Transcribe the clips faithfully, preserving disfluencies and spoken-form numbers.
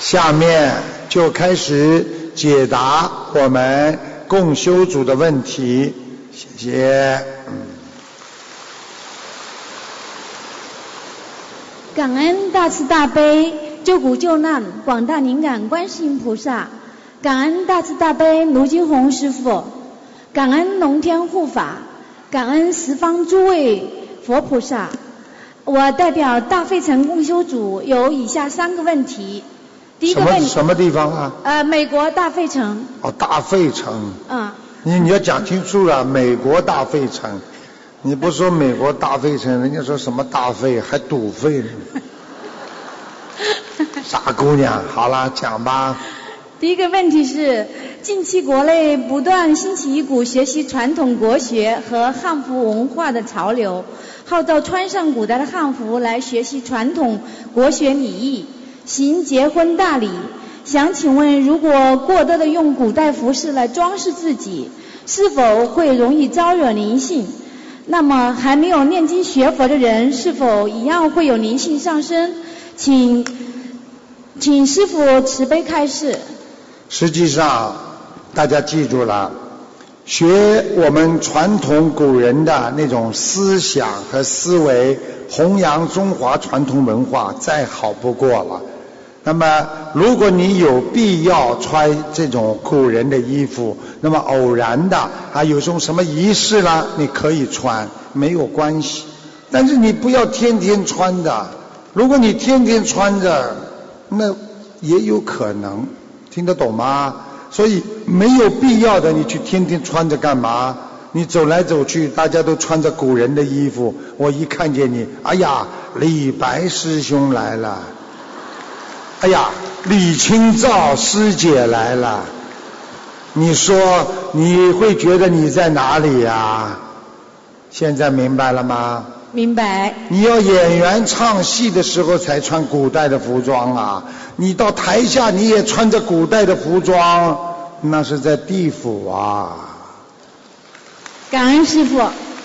下面就开始解答我们共修组的问题，谢谢。 感恩大慈大悲救苦救难广大灵感观世音菩萨，感恩大慈大悲卢金红师父，感恩龙天护法，感恩十方诸位佛菩萨。我代表大费城共修组有以下三个问题。第一个问题， 什么地方啊？ 呃，美国大费城。 哦，大费城。 嗯。 你你要讲清楚了，美国大费城，你不说美国大费城，人家说什么大费还赌费呢？傻姑娘，好了，讲吧。 第一个问题是，近期国内不断兴起一股学习传统国学和汉服文化的潮流，号召穿上古代的汉服来学习传统国学礼仪，行结婚大礼。想请问，如果过多的用古代服饰来装饰自己，是否会容易招惹灵性？那么还没有念经学佛的人，是否一样会有灵性上升？请请师父慈悲开示。 实际上大家记住了，学我们传统古人的那种思想和思维，弘扬中华传统文化再好不过了。那么如果你有必要穿这种古人的衣服，那么偶然的啊有种什么仪式啦，你可以穿，没有关系。但是你不要天天穿的，如果你天天穿着，那也有可能，听得懂吗？所以没有必要的，你去天天穿着干嘛？你走来走去，大家都穿着古人的衣服，我一看见你，哎呀，李白师兄来了，哎呀，李清照师姐来了，你说你会觉得你在哪里呀？现在明白了吗？ 明白。 你要演员唱戏的时候才穿古代的服装啊，你到台下你也穿着古代的服装，那是在地府啊。 感恩师父。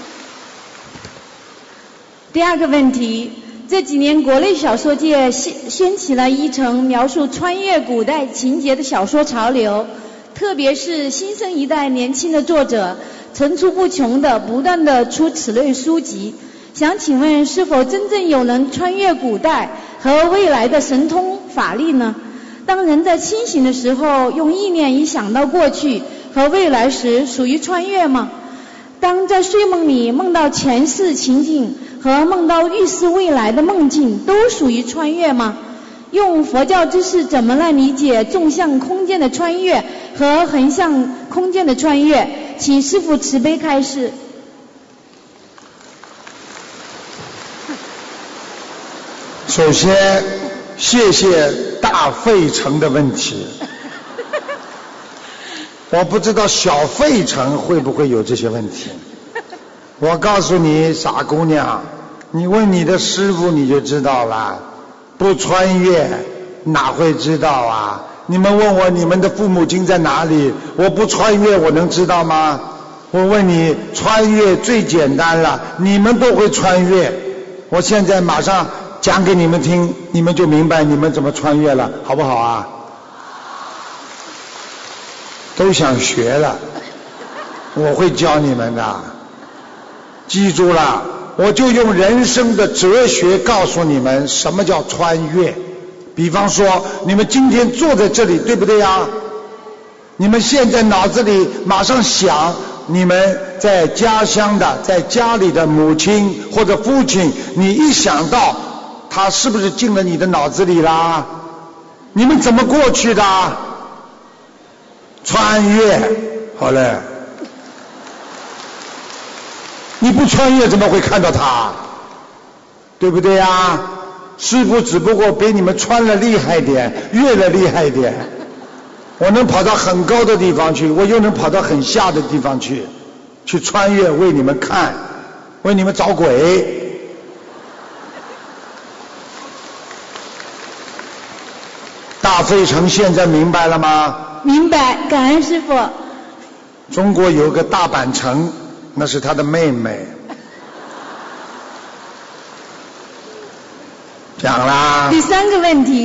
第二个问题，这几年国内小说界掀掀起了一层描述穿越古代情节的小说潮流，特别是新生一代年轻的作者层出不穷的不断的出此类书籍。想请问，是否真正有能穿越古代和未来的神通法力呢？当人在清醒的时候用意念一想到过去和未来时，属于穿越吗？当在睡梦里梦到前世情境和梦到预示未来的梦境，都属于穿越吗？用佛教知识怎么来理解纵向空间的穿越和横向空间的穿越？请师父慈悲开示。 首先谢谢大费城的问题，我不知道小费城会不会有这些问题。我告诉你，傻姑娘，你问你的师父你就知道了，不穿越哪会知道啊？你们问我你们的父母亲在哪里，我不穿越我能知道吗？我问你，穿越最简单了，你们都会穿越，我现在马上讲给你们听，你们就明白你们怎么穿越了，好不好啊？都想学了，我会教你们的。记住了，我就用人生的哲学告诉你们什么叫穿越。比方说，你们今天坐在这里，对不对呀？你们现在脑子里马上想你们在家乡的，在家里的母亲或者父亲，你一想到他是不是进了你的脑子里啦？你们怎么过去的？穿越，好了。你不穿越怎么会看到他？对不对呀？师父只不过比你们穿了厉害点，越了厉害点。我能跑到很高的地方去，我又能跑到很下的地方去，去穿越为你们看，为你们找鬼。大费城现在明白了吗？ 明白，感恩师父。 中国有个大阪城，那是他的妹妹。讲啦。 第三个问题，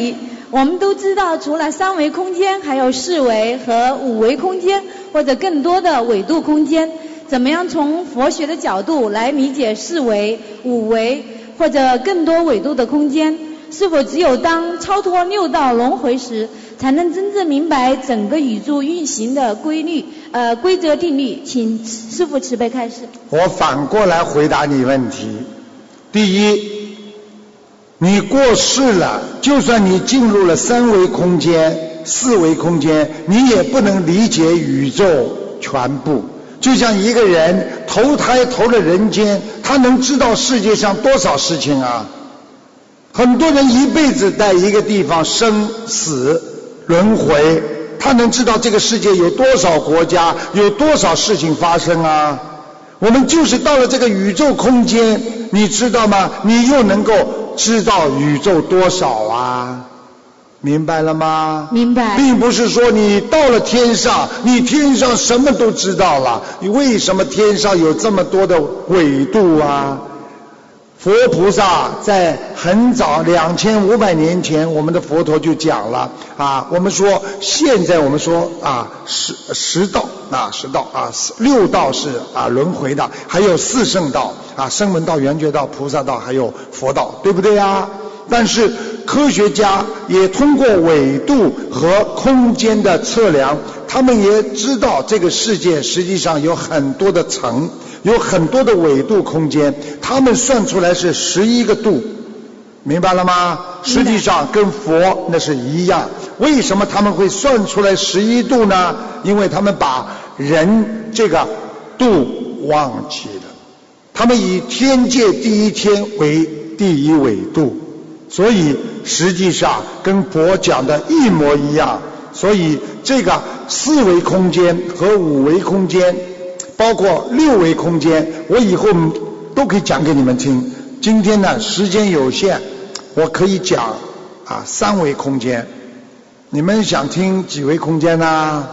我们都知道，除了三维空间，还有四维和五维空间，或者更多的纬度空间。怎么样从佛学的角度来理解四维、五维或者更多纬度的空间？是否只有当超脱六道轮回时，才能真正明白整个宇宙运行的规律、呃规则定律？请师父慈悲开示。 我反过来回答你问题。第一，你过世了，就算你进入了三维空间、四维空间，你也不能理解宇宙全部。就像一个人投胎投了人间，他能知道世界上多少事情啊？很多人一辈子在一个地方生死轮回，他能知道这个世界有多少国家，有多少事情发生啊？我们就是到了这个宇宙空间，你知道吗？你又能够知道宇宙多少啊？明白了吗？ 明白。 并不是说你到了天上，你天上什么都知道了。你为什么天上有这么多的纬度啊？佛菩萨在很早两千五百年前，我们的佛陀就讲了啊。我们说现在我们说啊十十道啊十道啊六道是啊轮回的，还有四圣道啊声闻道、缘觉道、菩萨道，还有佛道，对不对啊？但是科学家也通过纬度和空间的测量，他们也知道这个世界实际上有很多的层，有很多的纬度空间，他们算出来是十一个度，明白了吗？实际上跟佛那是一样。为什么他们会算出来十一度呢？因为他们把人这个度忘记了，他们以天界第一天为第一纬度，所以实际上跟佛讲的一模一样。所以这个四维空间和五维空间，包括六维空间，我以后都可以讲给你们听。今天呢时间有限，我可以讲啊三维空间。你们想听几维空间呢？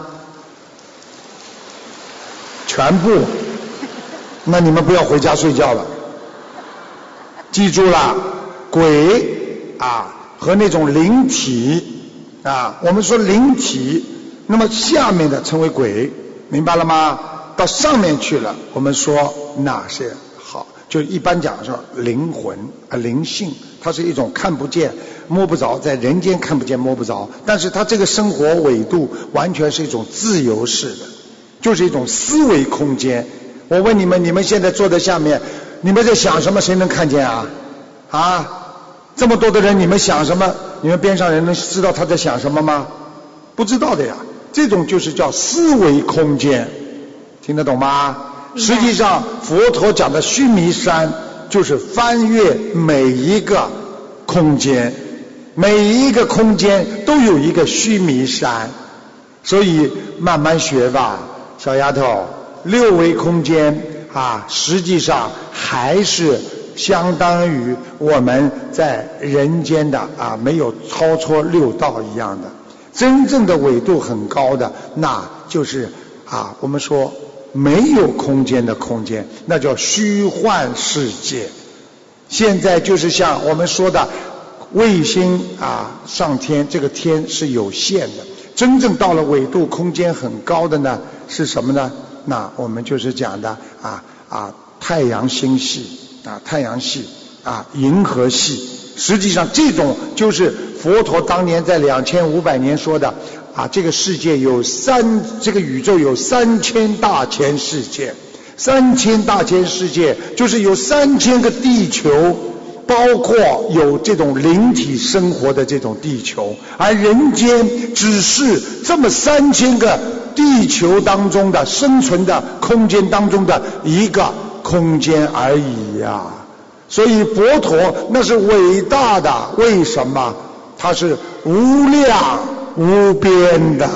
全部。那你们不要回家睡觉了。记住了，鬼啊和那种灵体啊，我们说灵体，那么下面的称为鬼，明白了吗？到上面去了，我们说那是好，就一般讲说灵魂啊灵性，它是一种看不见摸不着，在人间看不见摸不着，但是它这个生活纬度完全是一种自由式的，就是一种思维空间。我问你们，你们现在坐在下面，你们在想什么？谁能看见啊？啊，这么多的人，你们想什么？你们边上人能知道他在想什么吗？不知道的呀。这种就是叫思维空间，听得懂吗？实际上佛陀讲的须弥山就是翻越每一个空间，每一个空间都有一个须弥山，所以慢慢学吧，小丫头。六维空间啊，实际上还是相当于我们在人间的啊没有超脱六道一样的。真正的纬度很高的，那就是啊我们说没有空间的空间，那叫虚幻世界。现在就是像我们说的卫星啊上天，这个天是有限的，真正到了纬度空间很高的呢是什么呢？那我们就是讲的啊啊太阳星系啊太阳系啊银河系，实际上这种就是佛陀当年在两千五百年说的啊，这个世界有三，这个宇宙有三千大千世界，三千大千世界就是有三千个地球，包括有这种灵体生活的这种地球，而人间只是这么三千个地球当中的生存的空间当中的一个空间而已呀、啊。所以佛陀那是伟大的，为什么？它是无量无边的。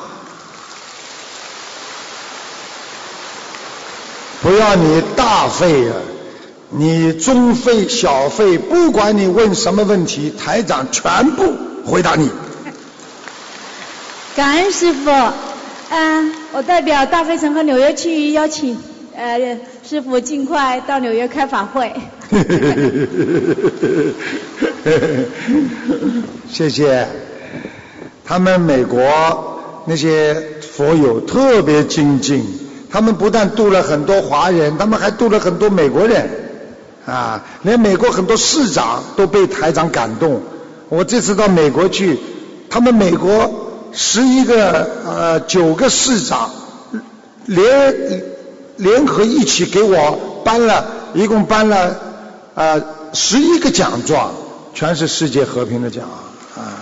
不要你大费了，你中费小费，不管你问什么问题，台长全部回答你。 感恩师父。嗯、呃，我代表大费城和纽约区邀请呃师父尽快到纽约开法会。 谢谢。 他们美国那些佛友特别精进，他们不但度了很多华人，他们还度了很多美国人啊，连美国很多市长都被台长感动。我这次到美国去，他们美国十一个呃九个市长联联合一起给我颁了，一共颁了呃十一个奖状，全是世界和平的奖啊。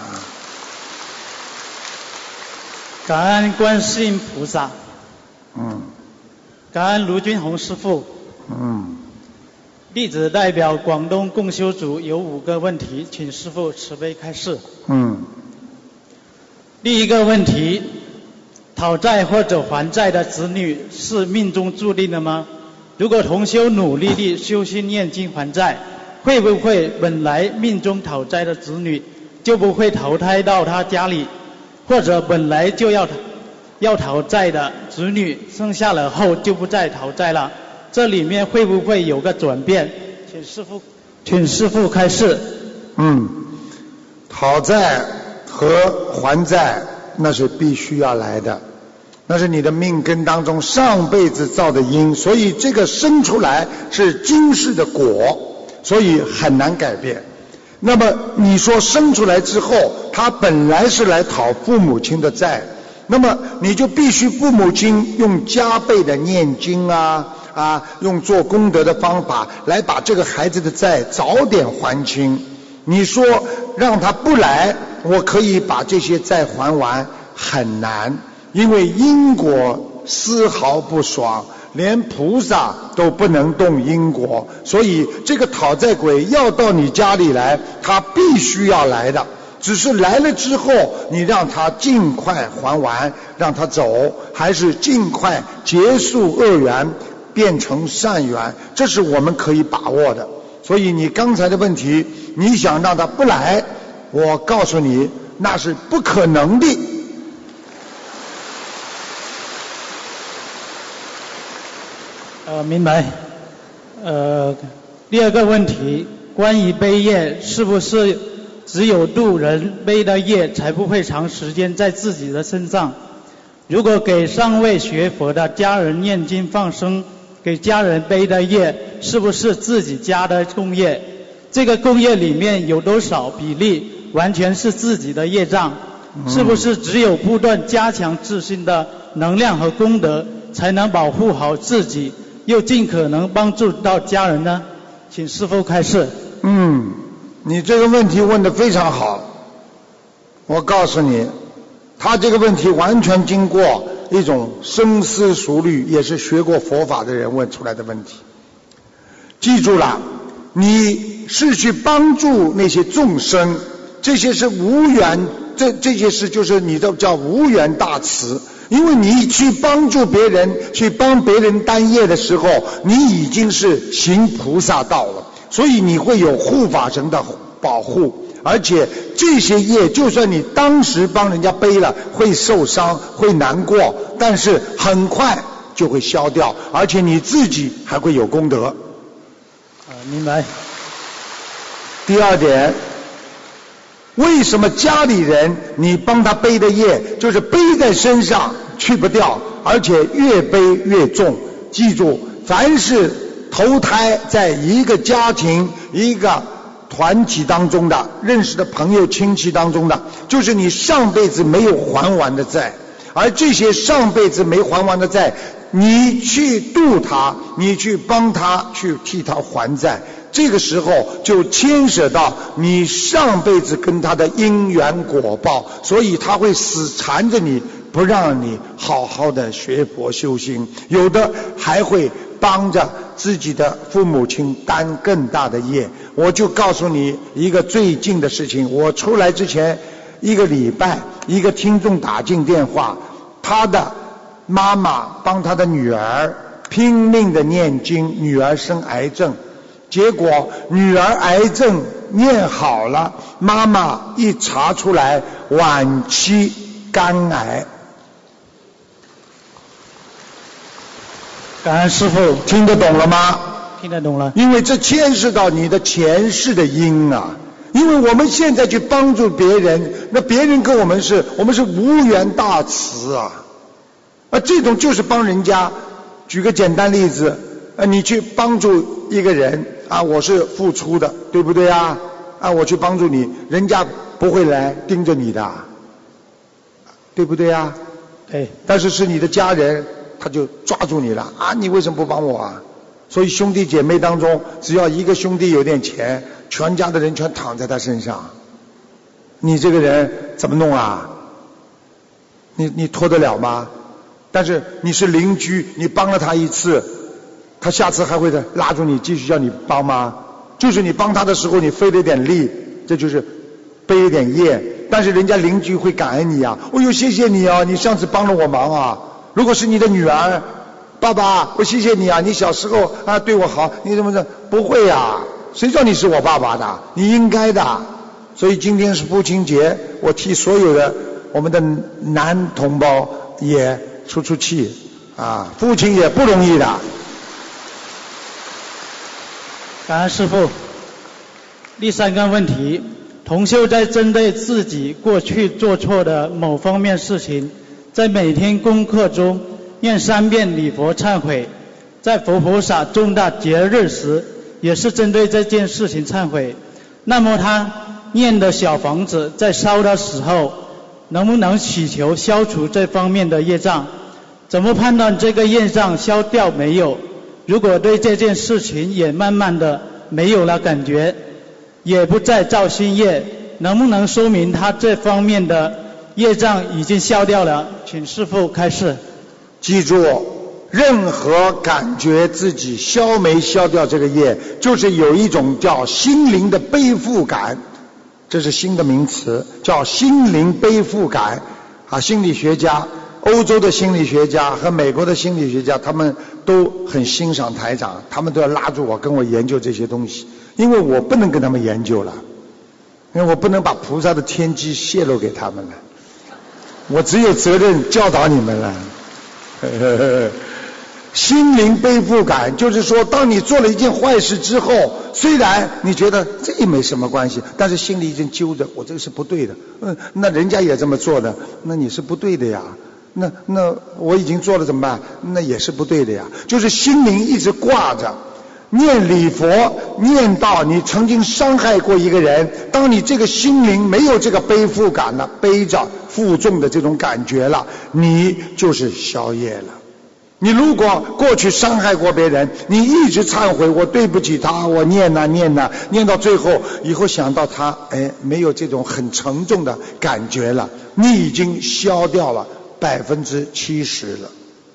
感恩观世音菩萨。 嗯。 感恩卢军宏师父。 嗯。 弟子代表广东共修组有五个问题，请师父慈悲开示。 嗯。 第一个问题，讨债或者还债的子女是命中注定的吗？如果同修努力地修心念经还债，会不会本来命中讨债的子女就不会投胎到他家里？或者本来就要要讨债的子女生下了后就不再讨债了？这里面会不会有个转变？请师父，请师父开示。 嗯，讨债和还债那是必须要来的，那是你的命根当中上辈子造的因，所以这个生出来是今世的果，所以很难改变。那么你说生出来之后，他本来是来讨父母亲的债，那么你就必须父母亲用加倍的念经啊啊，用做功德的方法来把这个孩子的债早点还清。你说让他不来，我可以把这些债还完，很难，因为因果丝毫不爽，连菩萨都不能动因果，所以这个讨债鬼要到你家里来，他必须要来的。只是来了之后，你让他尽快还完，让他走，还是尽快结束恶缘，变成善缘，这是我们可以把握的。所以你刚才的问题，你想让他不来，我告诉你，那是不可能的。 呃，明白。呃，第二个问题，关于背业，是不是只有度人背的业才不会长时间在自己的身上？如果给尚未学佛的家人念经放生，给家人背的业，是不是自己家的共业？这个共业里面有多少比例完全是自己的业障？是不是只有不断加强自身的能量和功德，才能保护好自己，又尽可能帮助到家人呢？请师父开示。 嗯，你这个问题问得非常好。我告诉你，他这个问题完全经过一种深思熟虑，也是学过佛法的人问出来的问题。记住了，你是去帮助那些众生，这些是无缘，这这些事就是你的叫无缘大慈。因为你去帮助别人，去帮别人担业的时候，你已经是行菩萨道了，所以你会有护法神的保护。而且这些业就算你当时帮人家背了，会受伤会难过，但是很快就会消掉，而且你自己还会有功德。 啊，明白。 第二点，为什么家里人你帮他背的业就是背在身上去不掉，而且越背越重？记住，凡是投胎在一个家庭一个团体当中的，认识的朋友亲戚当中的，就是你上辈子没有还完的债，而这些上辈子没还完的债，你去度他，你去帮他，去替他还债，这个时候就牵涉到你上辈子跟他的因缘果报，所以他会死缠着你，不让你好好的学佛修心，有的还会帮着自己的父母亲担更大的业。我就告诉你一个最近的事情，我出来之前一个礼拜，一个听众打进电话，他的妈妈帮他的女儿拼命的念经，女儿生癌症，结果女儿癌症念好了，妈妈一查出来晚期肝癌。 感恩师父。 听得懂了吗？ 听得懂了。 因为这牵涉到你的前世的因啊， 因为我们现在去帮助别人，那别人跟我们是我们是无缘大慈啊，啊这种就是帮人家。举个简单例子，啊你去帮助一个人啊，我是付出的，对不对啊？啊我去帮助你，人家不会来盯着你的，对不对啊？ 对。 但是是你的家人，他就抓住你了啊！你为什么不帮我啊？所以兄弟姐妹当中，只要一个兄弟有点钱，全家的人全躺在他身上，你这个人怎么弄啊？你你拖得了吗？但是你是邻居，你帮了他一次，他下次还会拉住你继续叫你帮吗？就是你帮他的时候你费了点力，这就是背一点业，但是人家邻居会感恩你啊，哦呦谢谢你啊，你上次帮了我忙啊。如果是你的女儿，爸爸我谢谢你啊，你小时候啊对我好，你怎么着？不会啊，谁叫你是我爸爸的？你应该的。所以今天是父亲节，我替所有的我们的男同胞也出出气啊，父亲也不容易的。 感恩师父。第三个问题，同修在针对自己过去做错的某方面事情，在每天功课中念三遍礼佛忏悔，在佛菩萨重大节日时也是针对这件事情忏悔。那么他念的小房子在烧的时候，能不能祈求消除这方面的业障？怎么判断这个业障消掉没有？如果对这件事情也慢慢的没有了感觉，也不再造新业，能不能说明他这方面的业障已经消掉了？请师父开示。 记住，任何感觉自己消没消掉这个业，就是有一种叫心灵的背负感，这是新的名词，叫心灵背负感啊。心理学家，欧洲的心理学家和美国的心理学家，他们都很欣赏台长，他们都要拉住我跟我研究这些东西，因为我不能跟他们研究了，因为我不能把菩萨的天机泄露给他们了，我只有责任教导你们了。呵呵呵，心灵背负感就是说，当你做了一件坏事之后，虽然你觉得这也没什么关系，但是心里已经揪着，我这个是不对的。嗯，那人家也这么做的，那你是不对的呀。那那我已经做了怎么办？那也是不对的呀。就是心灵一直挂着，念礼佛，念到你曾经伤害过一个人，当你这个心灵没有这个背负感了，背着负重的这种感觉了，你就是消业了。你如果过去伤害过别人，你一直忏悔，我对不起他，我念呐念呐，念到最后，以后想到他，哎，没有这种很沉重的感觉了，你已经消掉了百分之七十了。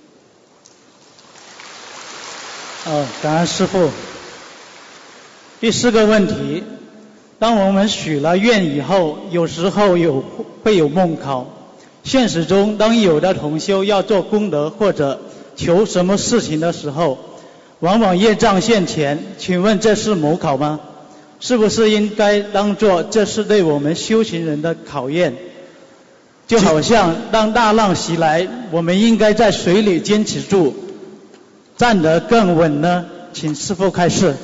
哦，感恩师父。第四个问题，当我们许了愿以后，有时候有会有梦考。现实中，当有的同修要做功德或者求什么事情的时候，往往业障现前，请问这是谋考吗？是不是应该当作这是对我们修行人的考验？就好像当大浪袭来，我们应该在水里坚持住，站得更稳呢？请师父开示。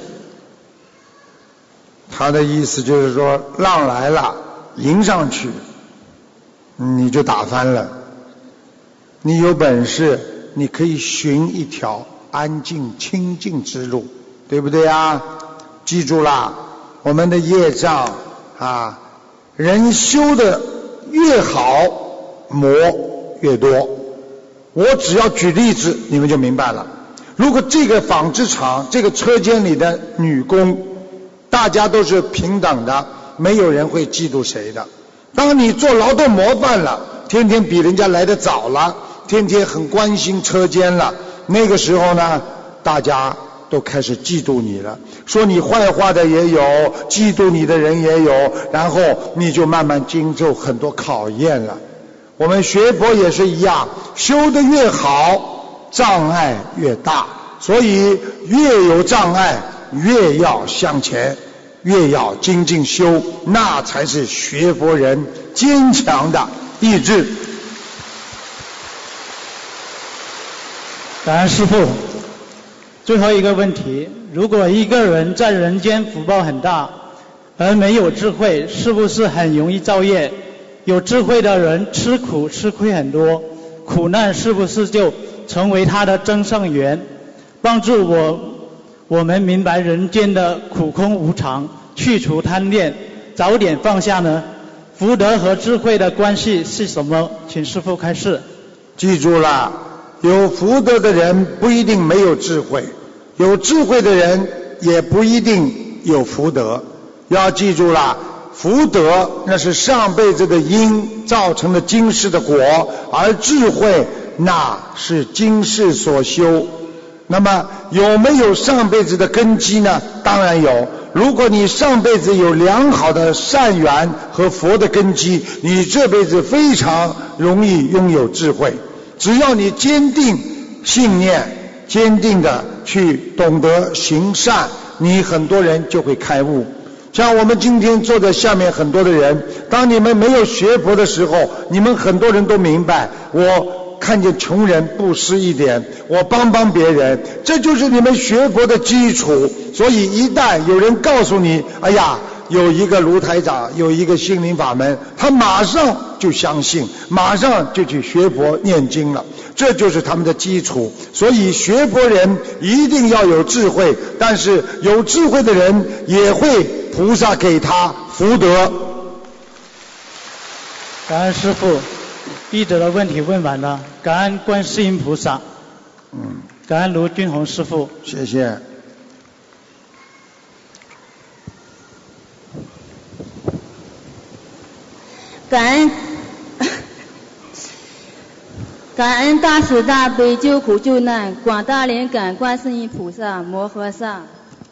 他的意思就是说，浪来了，迎上去，你就打翻了。你有本事，你可以寻一条安静清净之路，对不对啊？记住啦，我们的业障啊，人修的越好，魔越多。我只要举例子，你们就明白了。如果这个纺织厂，这个车间里的女工，大家都是平等的，没有人会嫉妒谁的。当你做劳动模范了，天天比人家来得早了，天天很关心车间了，那个时候呢，大家都开始嫉妒你了，说你坏话的也有，嫉妒你的人也有，然后你就慢慢经受很多考验了。我们学佛也是一样，修得越好，障碍越大，所以越有障碍越要向前，越要精进修，那才是学佛人坚强的意志。 感恩师父。最后一个问题，如果一个人在人间福报很大， 而没有智慧，是不是很容易造业？有智慧的人吃苦吃亏很多，苦难是不是就成为他的增上缘，帮助我我们明白人间的苦空无常，去除贪恋，早点放下呢？福德和智慧的关系是什么？请师父开示。 记住了，有福德的人不一定没有智慧，有智慧的人也不一定有福德。要记住了，福德那是上辈子的因造成的今世的果，而智慧那是今世所修。那么有没有上辈子的根基呢？当然有。如果你上辈子有良好的善缘和佛的根基，你这辈子非常容易拥有智慧。只要你坚定信念，坚定的去懂得行善，你很多人就会开悟。像我们今天坐在下面很多的人，当你们没有学佛的时候，你们很多人都明白，我看见穷人布施一点，我帮帮别人，这就是你们学佛的基础。所以一旦有人告诉你，哎呀，有一个卢台长，有一个心灵法门，他马上就相信，马上就去学佛念经了，这就是他们的基础。所以学佛人一定要有智慧，但是有智慧的人也会菩萨给他福德。 感恩师父，弟子的问题问完了，感恩观世音菩萨， 嗯， 感恩卢军宏师父， 谢谢。 感恩感恩大慈大悲救苦救难广大灵感观世音菩萨摩诃萨，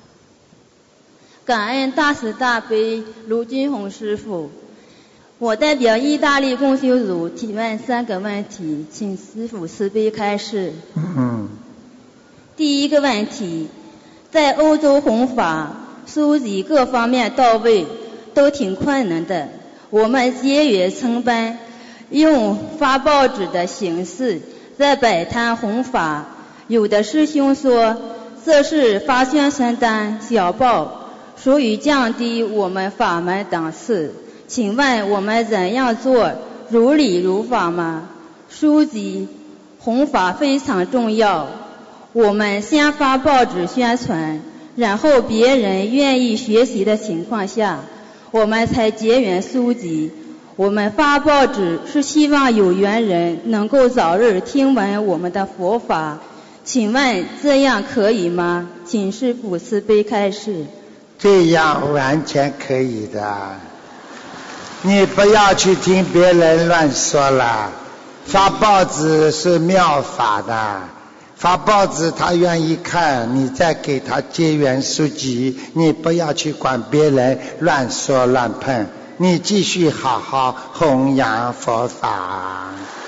感恩大慈大悲卢军宏师父。我代表意大利共修组提问三个问题，请师父慈悲开示。 嗯。 第一个问题，在欧洲弘法，书籍各方面到位，都挺困难的。我们节约成本，用发报纸的形式在摆摊弘法。有的师兄说，这是发宣传单、小报，属于降低我们法门档次。请问我们怎样做如理如法吗？书籍弘法非常重要，我们先发报纸宣传，然后别人愿意学习的情况下，我们才结缘书籍。我们发报纸是希望有缘人能够早日听闻我们的佛法，请问这样可以吗？请师父慈悲开示。 这样完全可以的，你不要去听别人乱说了。发报纸是妙法的，发报纸他愿意看，你再给他结缘书籍，你不要去管别人乱说乱碰，你继续好好弘扬佛法。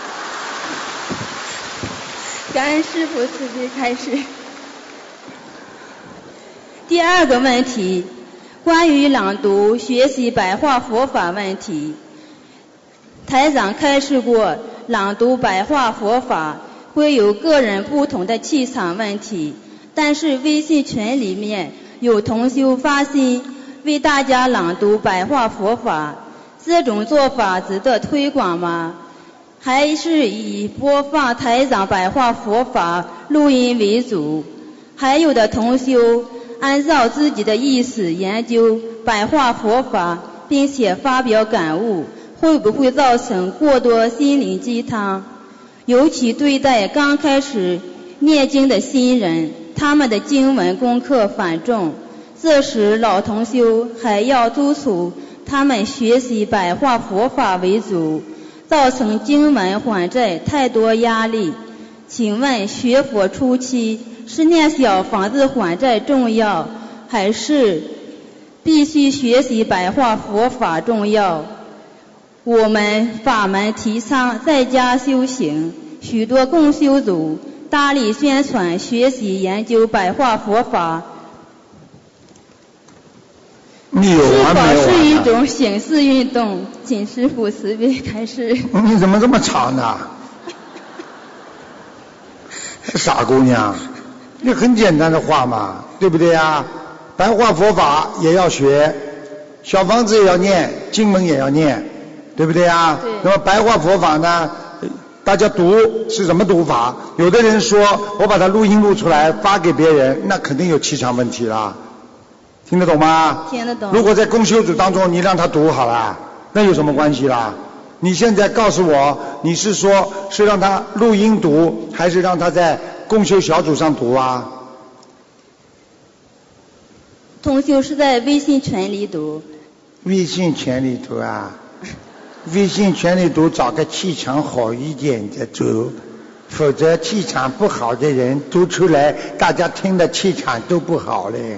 感恩师父慈悲开示。第二个问题，关于朗读学习白话佛法问题，台长开示过，朗读白话佛法会有个人不同的气场问题，但是微信群里面有同修发心为大家朗读白话佛法，这种做法值得推广吗？还是以播放台长白话佛法录音为主？还有的同修按照自己的意思研究白话佛法，并且发表感悟，会不会造成过多心灵鸡汤？尤其对待刚开始念经的新人，他们的经文功课繁重，这时老同修还要督促他们学习白话佛法为主，造成经文还债太多压力。请问学佛初期是念小房子还债重要，还是必须学习白话佛法重要？我们法门提倡在家修行，许多共修组大力宣传学习研究白话佛法， 你有完没完？ 是否是一种形式运动？请师父慈悲开示。 你怎么这么长呢？傻姑娘，这很简单的话嘛，对不对呀？白话佛法也要学， 小房子也要念，经文也要念，对不对啊？ 对。 那么白话佛法呢，大家读是什么读法？有的人说我把它录音录出来发给别人，那肯定有气场问题啦。听得懂吗？ 听得懂。 如果在共修组当中你让他读好了，那有什么关系啦？你现在告诉我，你是说是让他录音读，还是让他在共修小组上读啊？ 同修是在微信群里读。 微信群里读啊？微信群里读，找个气场好一点的读，否则气场不好的人读出来，大家听的气场都不好嘞。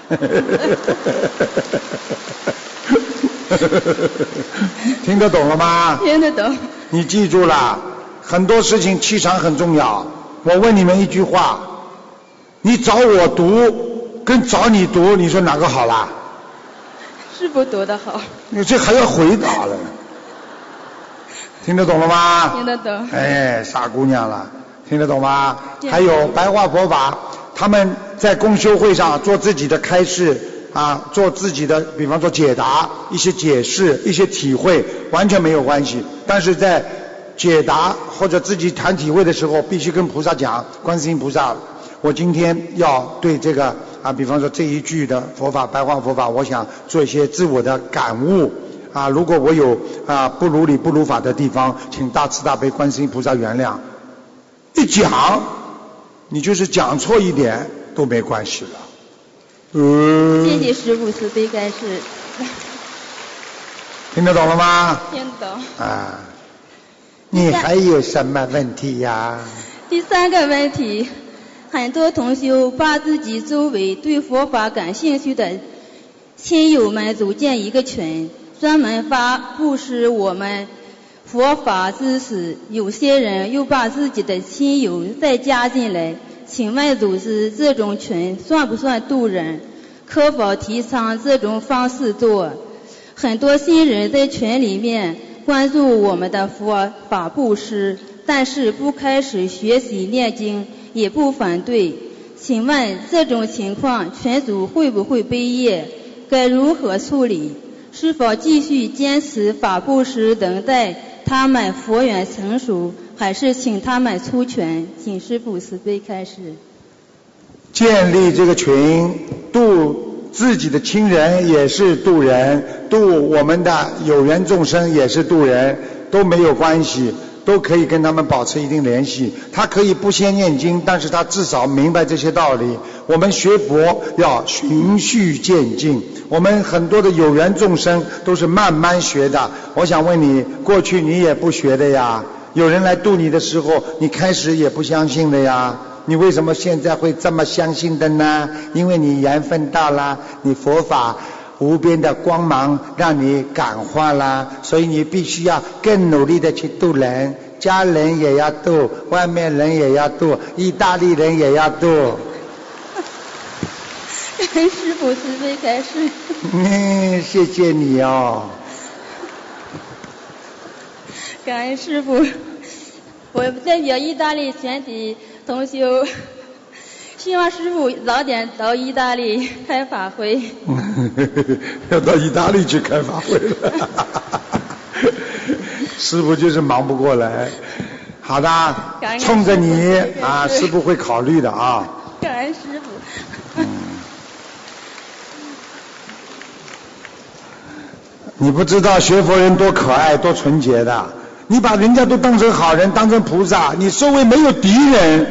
听得懂了吗？ 听得懂。 你记住了，很多事情气场很重要。我问你们一句话，你找我读跟找你读，你说哪个好啦？ 师父读得好。 你这还要回答了？听得懂了吗？ 听得懂。 哎，傻姑娘了，听得懂吗？还有白话佛法，他们在公修会上做自己的开示啊，做自己的，比方说解答、一些解释、一些体会，完全没有关系。但是在解答或者自己谈体会的时候，必须跟菩萨讲，观世音菩萨，我今天要对这个啊，比方说这一句的佛法，白话佛法，我想做一些自我的感悟。啊，如果我有啊不如理不如法的地方，请大慈大悲观世音菩萨原谅。一讲，你就是讲错一点都没关系了。嗯。 谢谢师父慈悲开示。 听得懂了吗？ 听得懂。 啊，你还有什么问题呀？ 第三个问题，很多同修把自己周围对佛法感兴趣的亲友们组建一个群，专门发布施我们佛法知识，有些人又把自己的亲友再加进来，请问组织这种群算不算渡人？可否提倡这种方式做？很多新人在群里面关注我们的佛法布施，但是不开始学习念经，也不反对，请问这种情况群主会不会背业？该如何处理？是否继续坚持法布施，等待他们佛缘成熟，还是请他们出群？请师父慈悲开示。 建立这个群，度自己的亲人也是度人，度我们的有缘众生也是度人，都没有关系，都可以跟他们保持一定联系。他可以不先念经，但是他至少明白这些道理。我们学佛要循序渐进，我们很多的有缘众生都是慢慢学的。我想问你，过去你也不学的呀？有人来度你的时候，你开始也不相信的呀？你为什么现在会这么相信的呢？因为你缘分到了，你佛法无边的光芒让你感化了，所以你必须要更努力的去度人，家人也要度，外面人也要度，意大利人也要度。 感恩师父慈悲开示。 嗯，谢谢你哦。 感恩师父，我代表意大利全体同修，希望师父早点到意大利开法会。 要到意大利去开法会了。师父就是忙不过来。好的，冲着你啊，师父会考虑的啊。 感恩师父。 嗯。你不知道学佛人多可爱多纯洁的，你把人家都当成好人，当成菩萨，你周围没有敌人。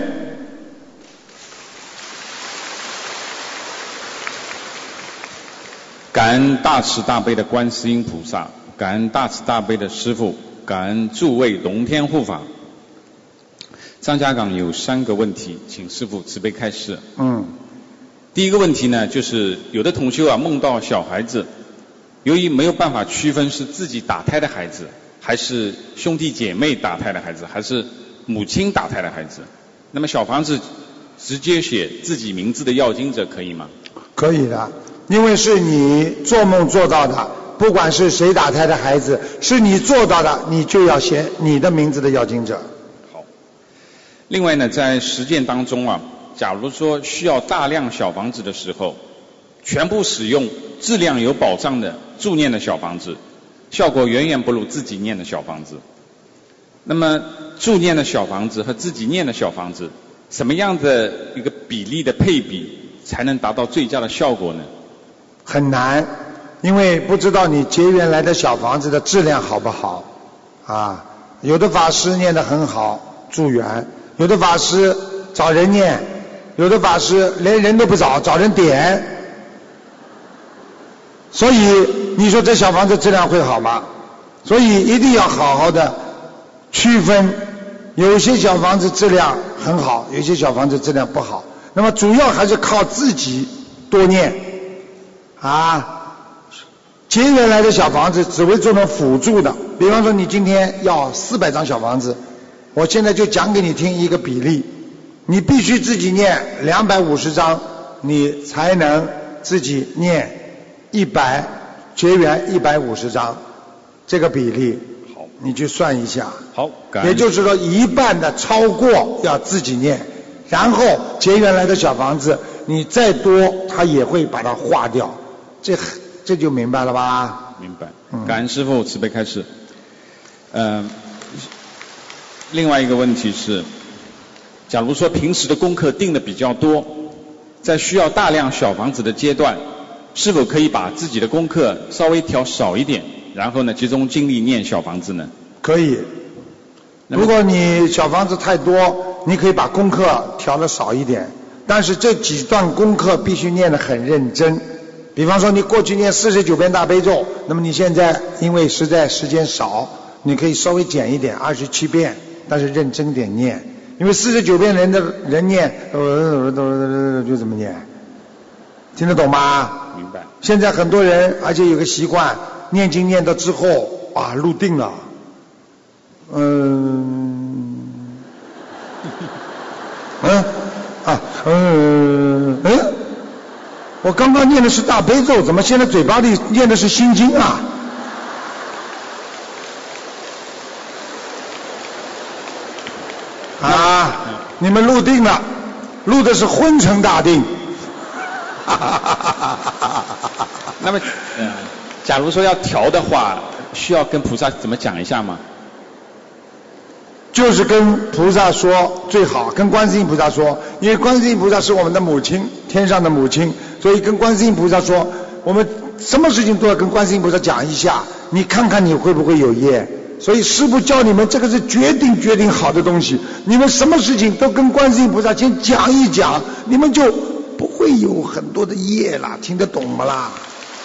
感恩大慈大悲的观世音菩萨，感恩大慈大悲的师父，感恩诸位龙天护法。张家港有三个问题，请师父慈悲开示。 嗯。 第一个问题呢，就是有的同修啊梦到小孩子，由于没有办法区分是自己打胎的孩子，还是兄弟姐妹打胎的孩子，还是母亲打胎的孩子，那么小房子直接写自己名字的要经者可以吗？ 可以的，因为是你做梦做到的，不管是谁打胎的孩子，是你做到的，你就要写你的名字的要经者。 好。另外呢，在实践当中啊，假如说需要大量小房子的时候， 全部使用质量有保障的助念的小房子，效果远远不如自己念的小房子。那么助念的小房子和自己念的小房子，什么样的一个比例的配比才能达到最佳的效果呢？ 很难，因为不知道你结缘来的小房子的质量好不好啊。有的法师念得很好，助缘；有的法师找人念，有的法师连人都不找，找人点。所以你说这小房子质量会好吗？所以一定要好好的区分，有些小房子质量很好，有些小房子质量不好。那么主要还是靠自己多念啊，结缘来的小房子只会做成辅助的。比方说你今天要四百张小房子，我现在就讲给你听一个比例，你必须自己念两百五十张，你才能自己念一百结缘一百五十张，这个比例好， 你去算一下。 好，感恩。 也就是说一半的超过要自己念，然后结缘来的小房子你再多它也会把它化掉，这这就明白了吧？ 明白。感恩师父慈悲开示。嗯、呃，另外一个问题是，假如说平时的功课定的比较多，在需要大量小房子的阶段，是否可以把自己的功课稍微调少一点，然后呢集中精力念小房子呢？ 可以。如果你小房子太多，你可以把功课调得少一点，但是这几段功课必须念得很认真。比方说你过去念四十九遍大悲咒，那么你现在因为实在时间少，你可以稍微减一点，二十七遍，但是认真点念。因为四十九遍人的人念，呃，就这么念，听得懂吗？ 明白。 现在很多人，而且有个习惯，念经念到之后啊，入定了，嗯，嗯，啊，嗯，嗯，我刚刚念的是大悲咒，怎么现在嘴巴里念的是心经啊？啊，你们入定了，入的是昏沉大定。 那么，呃，假如说要调的话，需要跟菩萨怎么讲一下吗？ 就是跟菩萨说最好，跟观世音菩萨说，因为观世音菩萨是我们的母亲，天上的母亲，所以跟观世音菩萨说，我们什么事情都要跟观世音菩萨讲一下，你看看你会不会有业。所以师父教你们这个是决定决定好的东西，你们什么事情都跟观世音菩萨先讲一讲，你们就不会有很多的业啦，听得懂吗啦？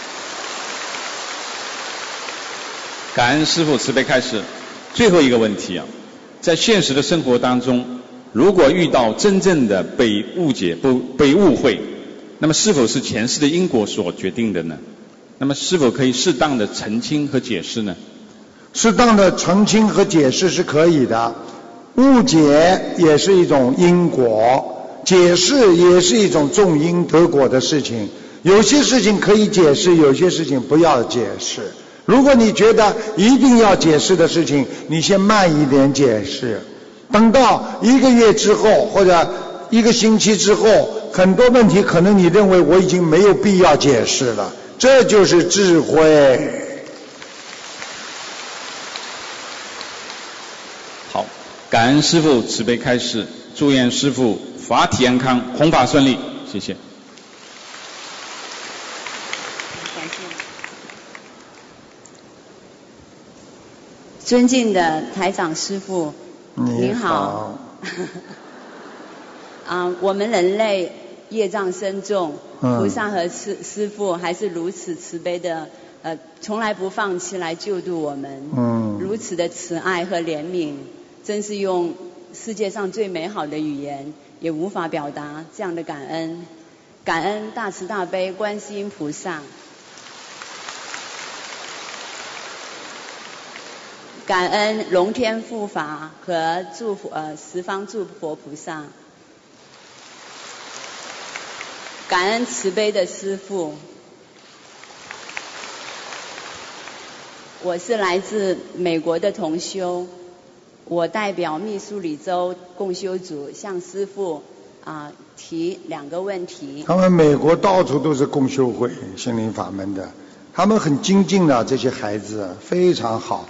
感恩师父慈悲开示。最后一个问题啊，在现实的生活当中，如果遇到真正的被误解、不被误会，那么是否是前世的因果所决定的呢？那么是否可以适当的澄清和解释呢？ 适当的澄清和解释是可以的，误解也是一种因果，解释也是一种种因得果的事情。有些事情可以解释，有些事情不要解释。如果你觉得一定要解释的事情，你先慢一点解释，等到一个月之后或者一个星期之后，很多问题可能你认为我已经没有必要解释了，这就是智慧。 好，感恩师父慈悲开示，祝愿师父法体安康，弘法顺利，谢谢。 尊敬的台长师父，您好。啊，我们人类业障深重， 嗯、 菩萨和师师父还是如此慈悲的，呃，从来不放弃来救度我们。 嗯， 如此的慈爱和怜悯，真是用世界上最美好的语言也无法表达这样的感恩。感恩大慈大悲观世音菩萨。感恩龙天护法和祝福呃十方诸佛菩萨，感恩慈悲的师父。我是来自美国的同修，我代表密苏里州共修组向师父啊提两个问题。 他们美国到处都是共修会、心灵法门的，他们很精进的，这些孩子非常好。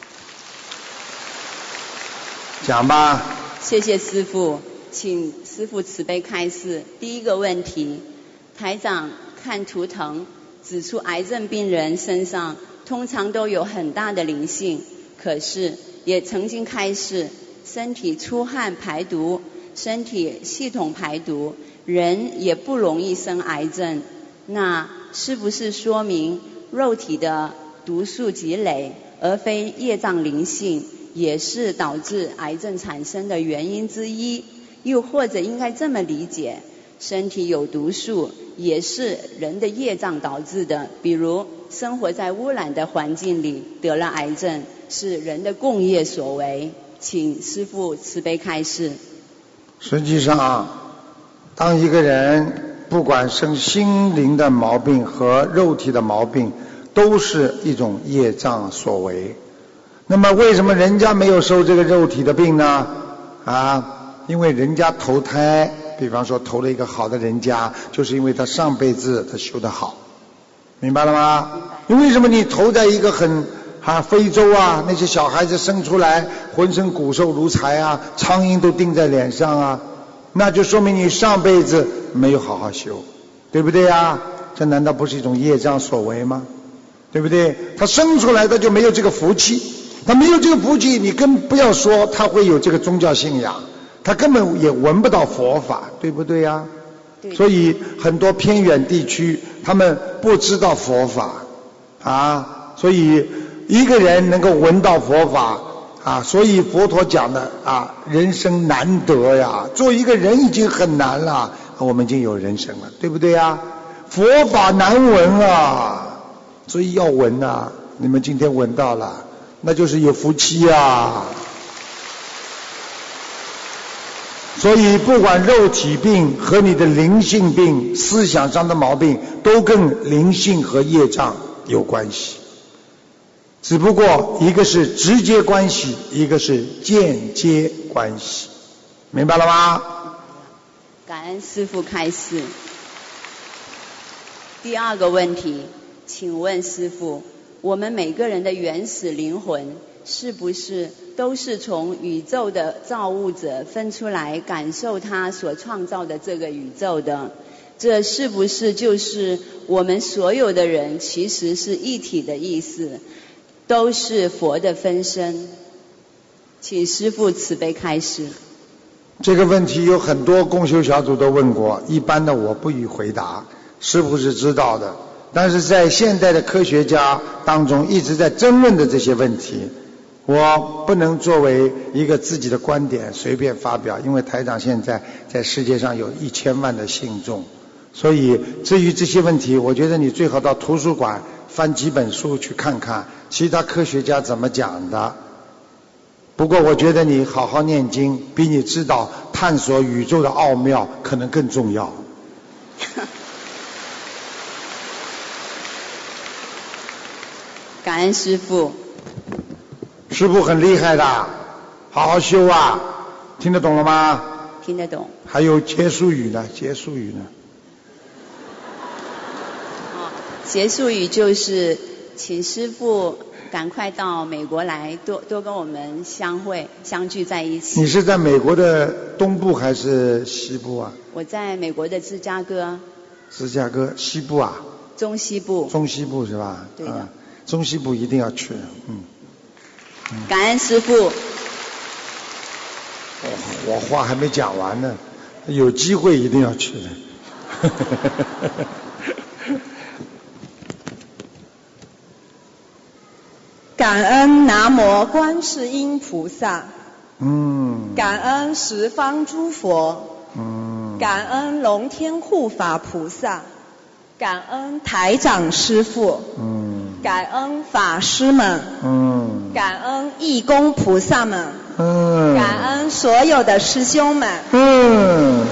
讲吧。 谢谢师父，请师父慈悲开示。第一个问题，台长看图腾指出，癌症病人身上通常都有很大的灵性，可是也曾经开示，身体出汗排毒，身体系统排毒，人也不容易生癌症。那是不是说明肉体的毒素积累，而非业障灵性，也是导致癌症产生的原因之一？又或者应该这么理解，身体有毒素也是人的业障导致的，比如生活在污染的环境里得了癌症，是人的共业所为。请师父慈悲开示。 实际上，当一个人不管生心灵的毛病和肉体的毛病，都是一种业障所为。那么为什么人家没有受这个肉体的病呢？啊，因为人家投胎，比方说投了一个好的人家，就是因为他上辈子他修得好，明白了吗？因为什么你投在一个很啊非洲啊，那些小孩子生出来浑身骨瘦如柴啊，苍蝇都叮在脸上啊，那就说明你上辈子没有好好修，对不对啊？这难道不是一种业障所为吗？对不对？他生出来他就没有这个福气，他没有这个福气，你更不要说他会有这个宗教信仰，他根本也闻不到佛法，对不对呀？ 对。 所以很多偏远地区他们不知道佛法啊，所以一个人能够闻到佛法啊，所以佛陀讲的啊，人生难得呀，做一个人已经很难了，我们已经有人生了，对不对呀？佛法难闻啊，所以要闻啊，你们今天闻到了，那就是有福气啊。所以不管肉体病和你的灵性病、思想上的毛病，都跟灵性和业障有关系，只不过一个是直接关系，一个是间接关系，明白了吗？ 感恩师父开示。第二个问题，请问师父，我们每个人的原始灵魂是不是都是从宇宙的造物者分出来感受他所创造的这个宇宙的？这是不是就是我们所有的人其实是一体的意思，都是佛的分身？请师父慈悲开示。 这个问题有很多共修小组都问过，一般的我不予回答，师父是知道的，但是在现代的科学家当中一直在争论的这些问题，我不能作为一个自己的观点随便发表，因为台长现在在世界上有一千万的信众，所以至于这些问题，我觉得你最好到图书馆翻几本书去看看其他科学家怎么讲的。不过我觉得你好好念经，比你知道探索宇宙的奥妙可能更重要。 感恩师父。 师父很厉害的，好好修啊，听得懂了吗？ 听得懂。 还有结束语呢，结束语呢？ 哦，结束语就是请师父赶快到美国来，多多跟我们相会相聚在一起。 你是在美国的东部还是西部啊？ 我在美国的芝加哥。 芝加哥西部啊？ 中西部。 中西部是吧？ 对的。 嗯、中西部一定要去，嗯。嗯感恩师父。 我我话还没讲完呢，有机会一定要去的。 感恩南无观世音菩萨。 嗯。 感恩十方诸佛。 嗯。 感恩龙天护法菩萨。感恩台长师父。 嗯。 感恩法师们。 嗯。 感恩义工菩萨们。 嗯。 感恩所有的师兄们。 嗯。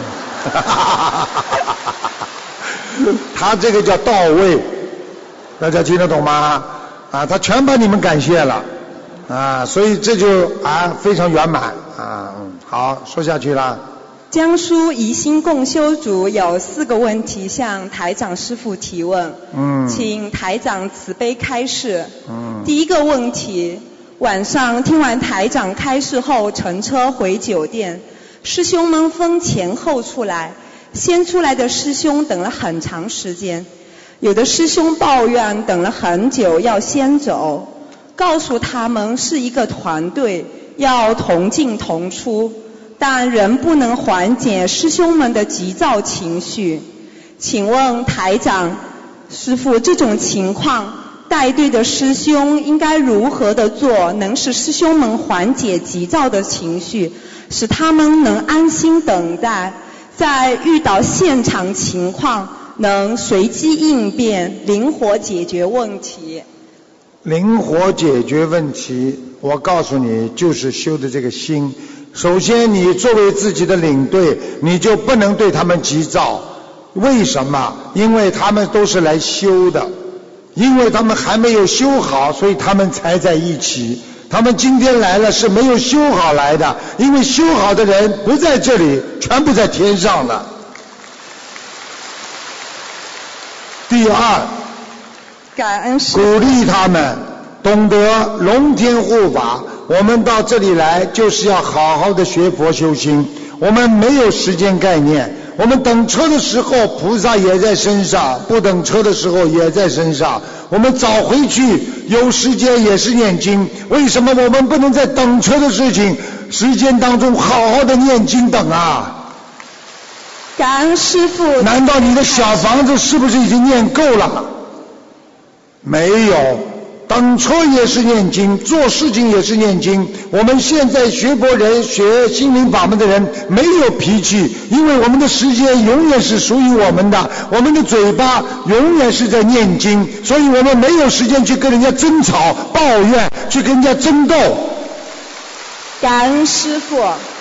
他这个叫到位，大家听得懂吗？啊，他全把你们感谢了啊，所以这就啊非常圆满啊。嗯，好，说下去了。 江苏宜兴共修组有四个问题向台长师父提问， 嗯， 请台长慈悲开示。 嗯， 第一个问题，晚上听完台长开示后乘车回酒店，师兄们分前后出来，先出来的师兄等了很长时间，有的师兄抱怨等了很久要先走，告诉他们是一个团队，要同进同出，但仍不能缓解师兄们的急躁情绪。请问台长师父，这种情况带队的师兄应该如何的做，能使师兄们缓解急躁的情绪，使他们能安心等待，在遇到现场情况能随机应变，灵活解决问题？ 灵活解决问题，我告诉你，就是修的这个心。首先你作为自己的领队，你就不能对他们急躁。为什么？因为他们都是来修的，因为他们还没有修好，所以他们才在一起。他们今天来了是没有修好来的，因为修好的人不在这里，全部在天上了。第二， 感恩师鼓励他们懂得龙天护法。我们到这里来就是要好好的学佛修心，我们没有时间概念，我们等车的时候菩萨也在身上，不等车的时候也在身上，我们早回去有时间也是念经。为什么我们不能在等车的事情时间当中好好的念经等啊？ 感恩师父。 难道你的小房子是不是已经念够了？没有，等车也是念经，做事情也是念经。我们现在学佛人学心灵法门的人没有脾气，因为我们的时间永远是属于我们的，我们的嘴巴永远是在念经，所以我们没有时间去跟人家争吵抱怨，去跟人家争斗。 感恩师父。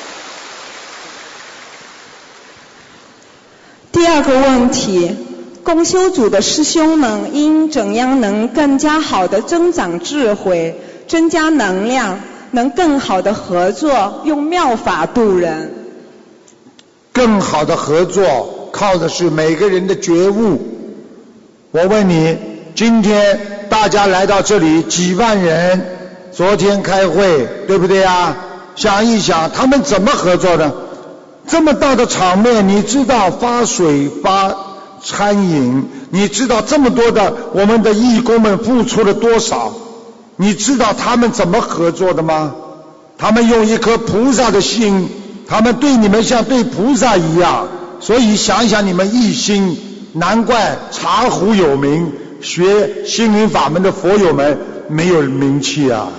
第二个问题，共修组的师兄们应怎样能更加好的增长智慧，增加能量，能更好的合作，用妙法度人？ 更好的合作靠的是每个人的觉悟。我问你，今天大家来到这里几万人，昨天开会对不对啊？想一想他们怎么合作的？这么大的场面，你知道发水发餐饮，你知道这么多的我们的义工们付出了多少？你知道他们怎么合作的吗？他们用一颗菩萨的心，他们对你们像对菩萨一样。所以想一想你们一心，难怪茶壶有名，学心灵法门的佛友们没有名气啊。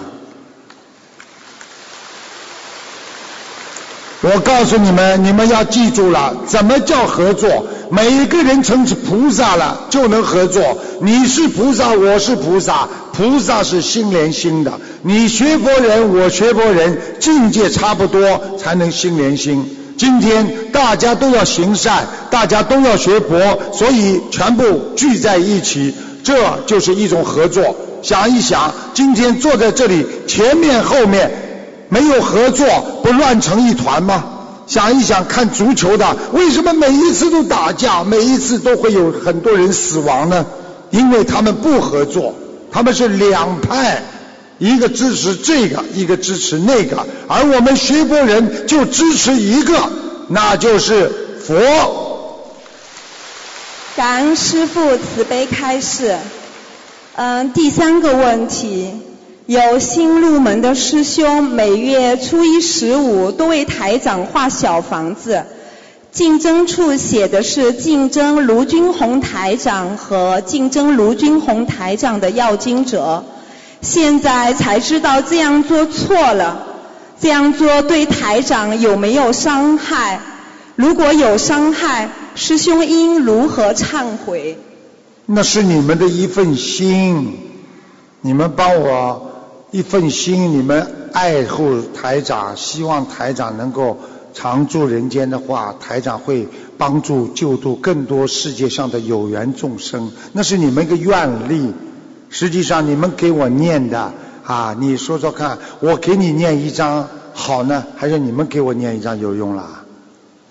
我告诉你们，你们要记住了，怎么叫合作？每一个人成菩萨了就能合作。你是菩萨，我是菩萨，菩萨是心连心的。你学佛人，我学佛人，境界差不多才能心连心。今天大家都要行善，大家都要学佛，所以全部聚在一起，这就是一种合作。想一想，今天坐在这里，前面后面没有合作，不乱成一团吗？想一想，看足球的，为什么每一次都打架，每一次都会有很多人死亡呢？因为他们不合作，他们是两派，一个支持这个，一个支持那个，而我们学佛人就支持一个，那就是佛。 感恩师父慈悲开示。嗯，第三个问题，有新入门的师兄每月初一十五都为台长画小房子，竞争处写的是竞争卢军宏台长和竞争卢军宏台长的要经者，现在才知道这样做错了，这样做对台长有没有伤害？如果有伤害，师兄应如何忏悔？ 那是你们的一份心，你们帮我一份心，你们爱护台长，希望台长能够常住人间的话，台长会帮助救度更多世界上的有缘众生，那是你们一个愿力。实际上你们给我念的啊，你说说看，我给你念一张好呢，还是你们给我念一张有用啦？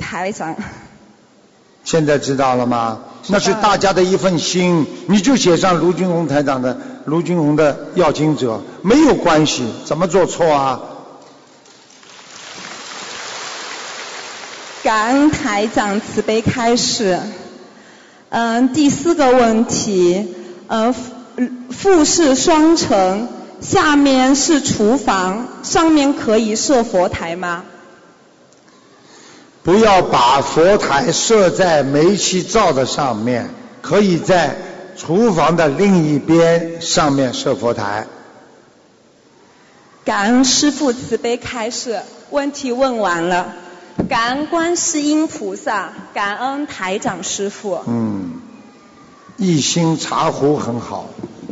台长。 现在知道了吗？那是大家的一份心，你就写上卢军红台长的卢军红的要经者，没有关系，怎么做错啊？ 感恩台长慈悲开示。嗯，第四个问题，呃，复式双层，下面是厨房，上面可以设佛台吗？ 不要把佛台设在煤气灶的上面，可以在厨房的另一边上面设佛台。 感恩师父慈悲开示，问题问完了。感恩观世音菩萨，感恩台长师父。 嗯，一心茶壶很好。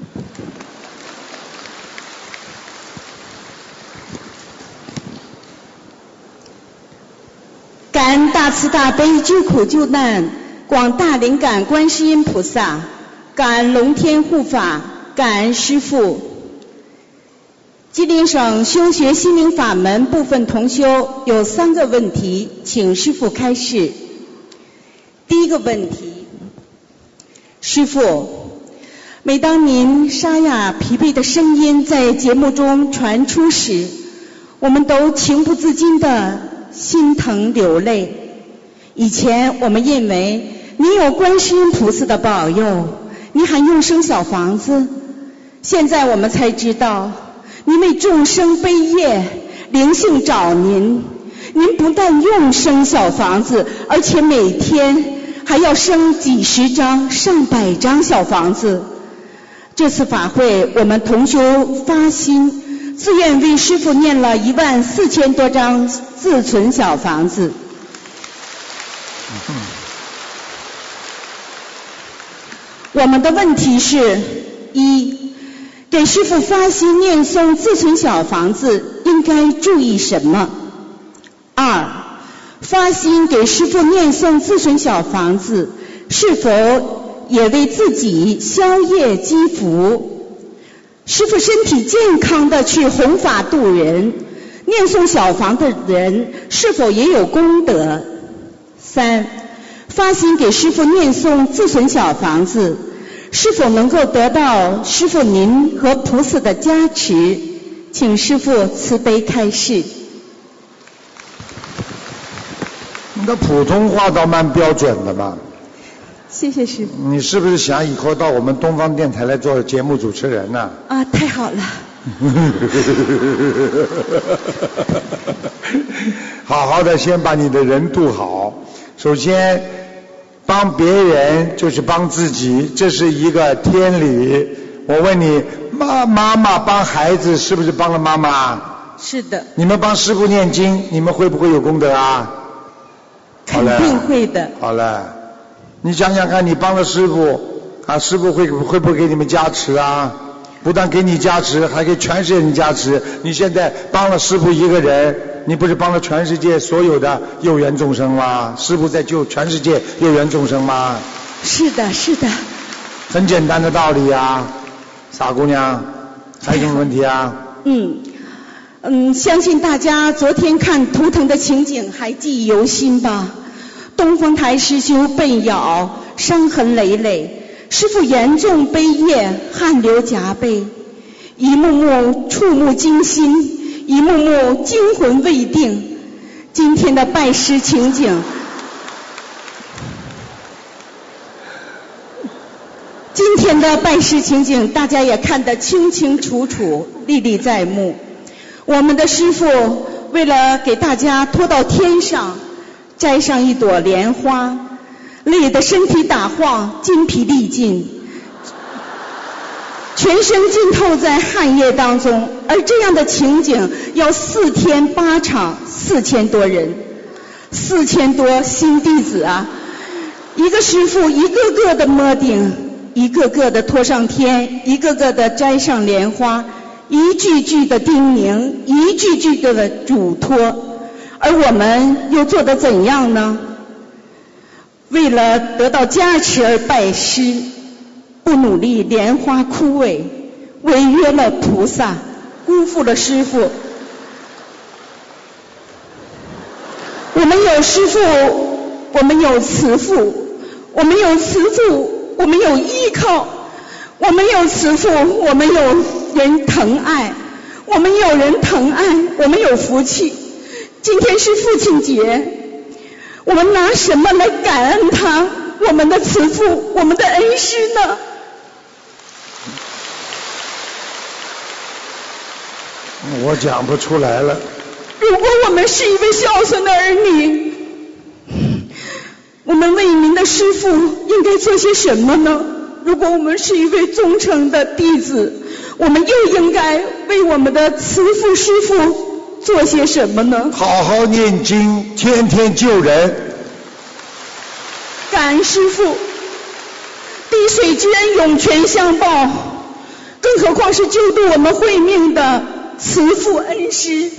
感恩大慈大悲救苦救难广大灵感观世音菩萨，感恩龙天护法，感恩师父。吉林省修学心灵法门部分同修有三个问题，请师父开示。第一个问题，师父，每当您沙哑疲惫的声音在节目中传出时，我们都情不自禁地心疼流泪。以前我们认为你有观世音菩萨的保佑，你还用生小房子，现在我们才知道您为众生悲业，灵性找您，您不但用生小房子，而且每天还要生几十张上百张小房子。这次法会我们同修发心自愿为师父念了一万四千多张自存小房子。我们的问题是：一，给师父发心念诵自存小房子应该注意什么？二，发心给师父念诵自存小房子，是否也为自己消业积福？师父身体健康的去弘法度人，念诵小房的人是否也有功德？三，发心给师父念诵自存小房子，是否能够得到师父您和菩萨的加持？请师父慈悲开示。 你的普通话倒蛮标准的嘛。 谢谢师父。 你是不是想以后到我们东方电台来做节目主持人呢？ 啊，太好了。 好好的先把你的人度好，首先帮别人就是帮自己，这是一个天理。我问你，妈妈妈帮孩子是不是帮了妈妈？ 是的。 你们帮师父念经，你们会不会有功德啊？ 肯定会的。 好了，你想想看，你帮了师父啊，师父会会不会给你们加持啊？不但给你加持，还给全世界人加持。你现在帮了师父一个人，你不是帮了全世界所有的有缘众生吗？师父在救全世界有缘众生吗？ 是的，是的。 很简单的道理啊，傻姑娘，还有什么问题啊？ 嗯嗯，相信大家昨天看图腾的情景还记忆犹新吧？东风台师兄被咬，伤痕累累，师父严重悲业，汗流浃背，一幕幕触目惊心，一幕幕惊魂未定。今天的拜师情景，今天的拜师情景，大家也看得清清楚楚，历历在目。我们的师父为了给大家拖到天上，摘上一朵莲花，累得身体打晃，筋疲力尽，全身浸透在汗液当中。而这样的情景要四天八场，四千多人，四千多新弟子啊！一个师父一个个的摸顶，一个个的拖上天，一个个的摘上莲花，一句句的叮咛，一句句的嘱托。而我们又做得怎样呢？为了得到加持而拜师，不努力，莲花枯萎，违约了菩萨，辜负了师父。 我们有师父，我们有慈父，我们有慈父，我们有依靠，我们有慈父，我们有人疼爱，我们有人疼爱，我们有福气。今天是父亲节，我们拿什么来感恩他，我们的慈父，我们的恩师呢？ 我讲不出来了。 如果我们是一位孝顺的儿女，我们为您的师父应该做些什么呢？如果我们是一位忠诚的弟子，我们又应该为我们的慈父师父做些什么呢？ 好好念经，天天救人。 感恩师父，滴水之恩涌泉相报，更何况是救度我们慧命的慈父恩师。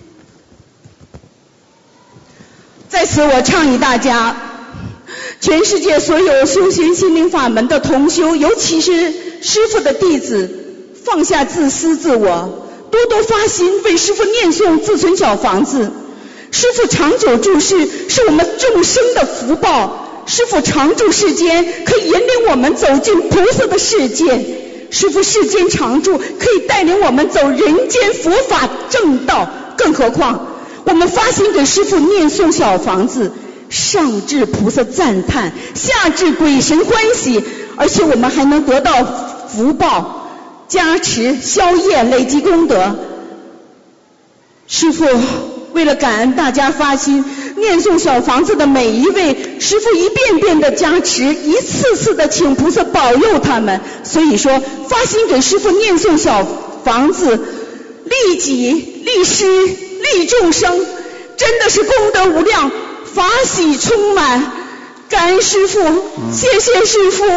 在此我倡议大家，全世界所有修行心灵法门的同修，尤其是师父的弟子，放下自私自我，多多发心为师父念诵自存小房子。师父长久住世是我们众生的福报，师父常住世间可以引领我们走进菩萨的世界，师父世间常住可以带领我们走人间佛法正道，更何况我们发心给师父念诵小房子，上至菩萨赞叹，下至鬼神欢喜，而且我们还能得到福报加持消业累积功德。师父为了感恩大家发心念诵小房子的每一位，师父一遍遍的加持，一次次的请菩萨保佑他们。所以说发心给师父念诵小房子，利己利师利众生，真的是功德无量，法喜充满。感恩师父，嗯、谢谢师父，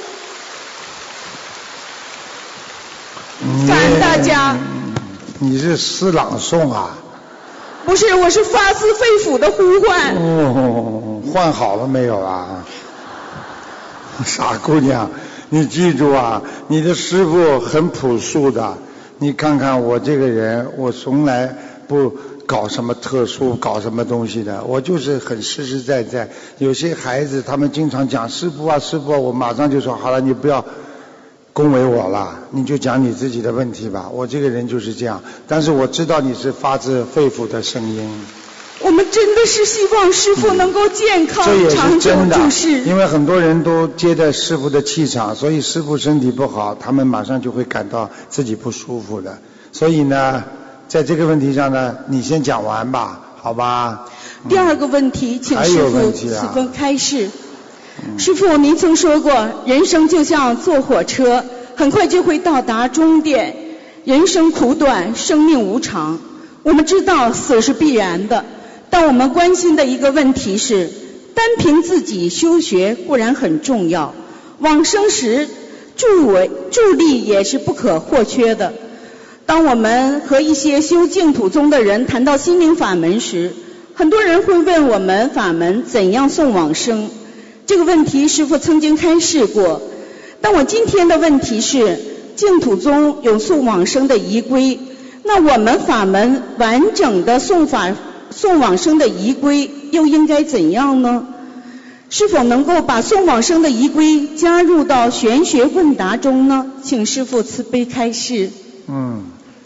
感恩大家。 你是诗朗诵啊？ 不是，我是发自肺腑的呼唤。 哦，换好了没有啊？傻姑娘，你记住啊，你的师父很朴素的。你看看我这个人，我从来不搞什么特殊，搞什么东西的，我就是很实实在在。有些孩子他们经常讲师父啊师父啊，我马上就说好了，你不要恭维我了，你就讲你自己的问题吧。我这个人就是这样，但是我知道你是发自肺腑的声音。 我们真的是希望师父能够健康、 嗯、 长久住世。 因为很多人都接待师父的气场，所以师父身体不好，他们马上就会感到自己不舒服的。所以呢，在这个问题上呢，你先讲完吧，好吧？ 第二个问题，嗯、请师父此分开示。嗯、师父，您曾说过，人生就像坐火车，很快就会到达终点。人生苦短，生命无常。我们知道死是必然的，但我们关心的一个问题是，单凭自己修学固然很重要，往生时助为助力也是不可或缺的。当我们和一些修净土宗的人谈到心灵法门时，很多人会问我们法门怎样送往生。这个问题师父曾经开示过，但我今天的问题是，净土宗有送往生的仪规，那我们法门完整的送法送往生的仪规又应该怎样呢？是否能够把送往生的仪规加入到玄学问答中呢？请师父慈悲开示。 嗯，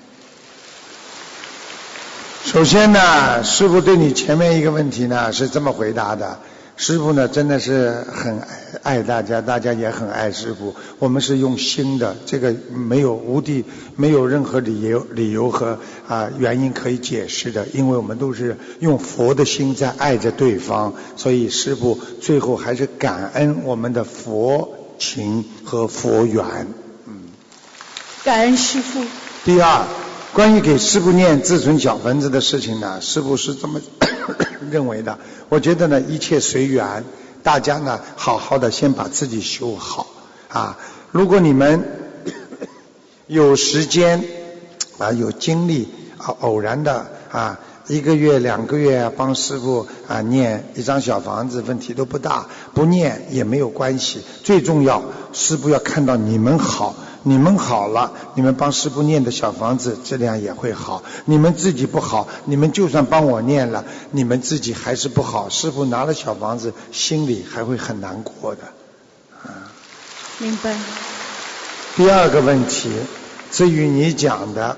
首先呢，师父对你前面一个问题呢是这么回答的。师父呢真的是很爱大家，大家也很爱师父。我们是用心的，这个没有无地没有任何理由理由和啊原因可以解释的，因为我们都是用佛的心在爱着对方，所以师父最后还是感恩我们的佛情和佛缘。嗯， 感恩师父。 第二，关于给师父念自存小房子的事情呢，师父是这么认为的。我觉得呢，一切随缘，大家呢好好的先把自己修好啊。如果你们有时间啊，有精力啊，偶然的啊，一个月两个月帮师父啊念一张小房子，问题都不大，不念也没有关系。最重要，师父要看到你们好， 你们好了，你们帮师父念的小房子质量也会好。你们自己不好，你们就算帮我念了，你们自己还是不好，师父拿了小房子心里还会很难过的。啊， 明白。 第二个问题，至于你讲的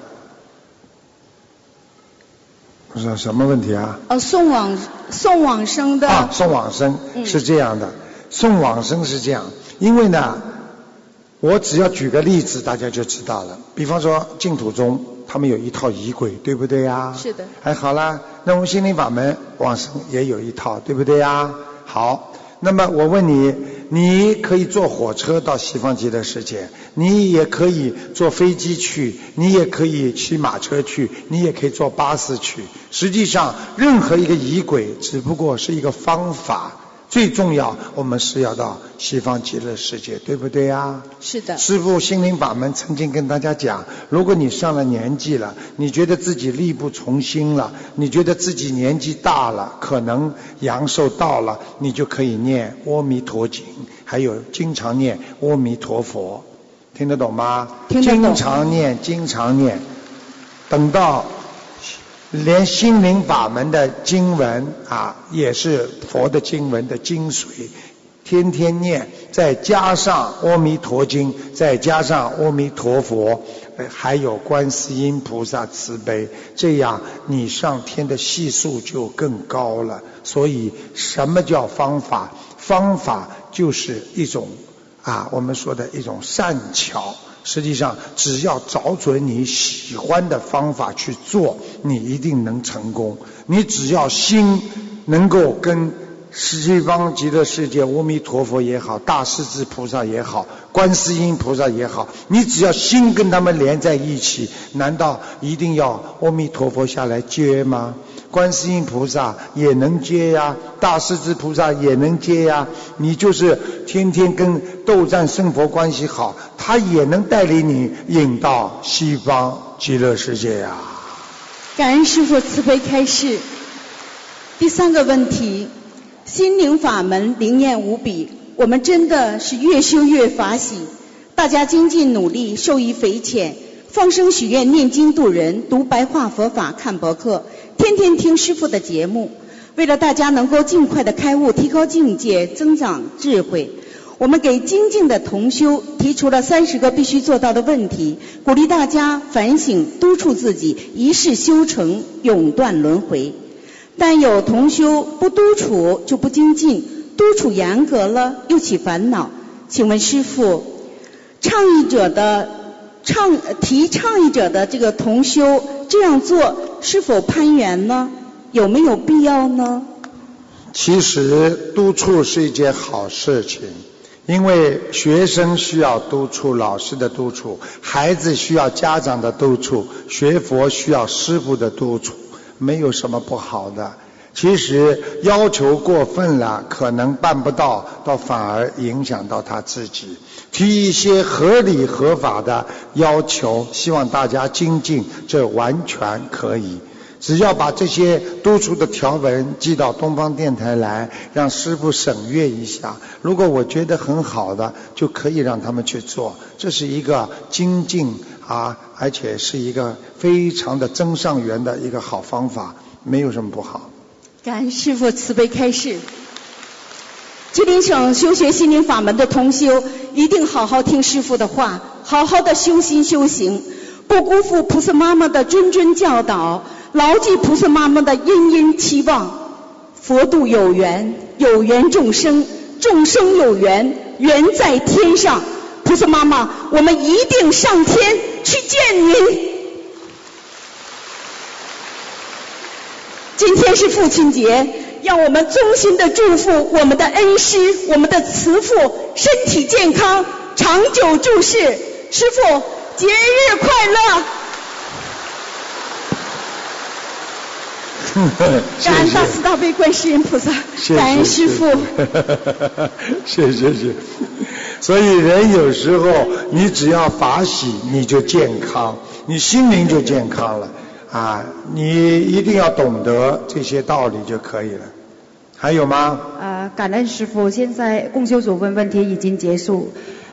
不是什么问题啊？ 呃，送往送往生的啊，送往生是这样的，嗯、送往生是这样，因为呢，我只要举个例子，大家就知道了。比方说净土宗，他们有一套仪轨，对不对呀？ 是的。 哎，好啦，那我们心灵法门往生也有一套，对不对呀？好，那么我问你，你可以坐火车到西方极乐世界，你也可以坐飞机去，你也可以骑马车去，你也可以坐巴士去。实际上，任何一个仪轨只不过是一个方法。最重要，我们是要到西方极乐世界，对不对呀？ 是的。 师父心灵法门曾经跟大家讲，如果你上了年纪了，你觉得自己力不从心了，你觉得自己年纪大了，可能阳寿到了，你就可以念阿弥陀经，还有经常念阿弥陀佛，听得懂吗？ 听得懂。 经常念，经常念，等到连心灵法门的经文啊，也是佛的经文的精髓，天天念，再加上阿弥陀经，再加上阿弥陀佛，还有观世音菩萨慈悲，这样你上天的系数就更高了。所以什么叫方法？方法就是一种啊，我们说的一种善巧。实际上只要找准你喜欢的方法去做，你一定能成功。你只要心能够跟西方极乐世界阿弥陀佛也好，大势至菩萨也好，观世音菩萨也好，你只要心跟他们连在一起，难道一定要阿弥陀佛下来接吗？观世音菩萨也能接呀，大势至菩萨也能接呀。你就是天天跟斗战胜佛关系好，他也能带领你引到西方极乐世界呀。 感恩师父慈悲开示。第三个问题，心灵法门灵验无比，我们真的是越修越法喜，大家精进努力，受益匪浅，放生许愿，念经度人，读白话佛法，看博客，天天听师父的节目。为了大家能够尽快的开悟，提高境界，增长智慧，我们给精进的同修提出了三十个必须做到的问题，鼓励大家反省督促自己，一世修成，永断轮回。但有同修不督促就不精进，督促严格了又起烦恼。请问师父，倡议者的倡提倡议者的这个同修这样做是否攀缘呢？有没有必要呢？ 其实督促是一件好事情，因为学生需要督促，老师的督促，孩子需要家长的督促，学佛需要师父的督促，没有什么不好的。其实要求过分了，可能办不到，倒反而影响到他自己。提一些合理合法的要求，希望大家精进，这完全可以。只要把这些督促的条文寄到东方电台来，让师父审阅一下，如果我觉得很好的，就可以让他们去做。这是一个精进啊，而且是一个非常的增上缘的一个好方法，没有什么不好。 感恩师父慈悲开示。吉林省修学心灵法门的同修一定好好听师父的话，好好的修心修行，不辜负菩萨妈妈的谆谆教导，牢记菩萨妈妈的殷殷期望。佛度有缘，有缘众生，众生有缘，缘在天上。菩萨妈妈，我们一定上天去见您。今天是父亲节，让我们衷心的祝福我们的恩师，我们的慈父身体健康，长久住世。师父，节日快乐！感恩大慈大悲观世音菩萨，感恩师父。 谢谢谢。所以人有时候你只要法喜，你就健康，你心灵就健康了啊！你一定要懂得这些道理就可以了。还有吗？ 呃，感恩师父，现在共修组问问题已经结束。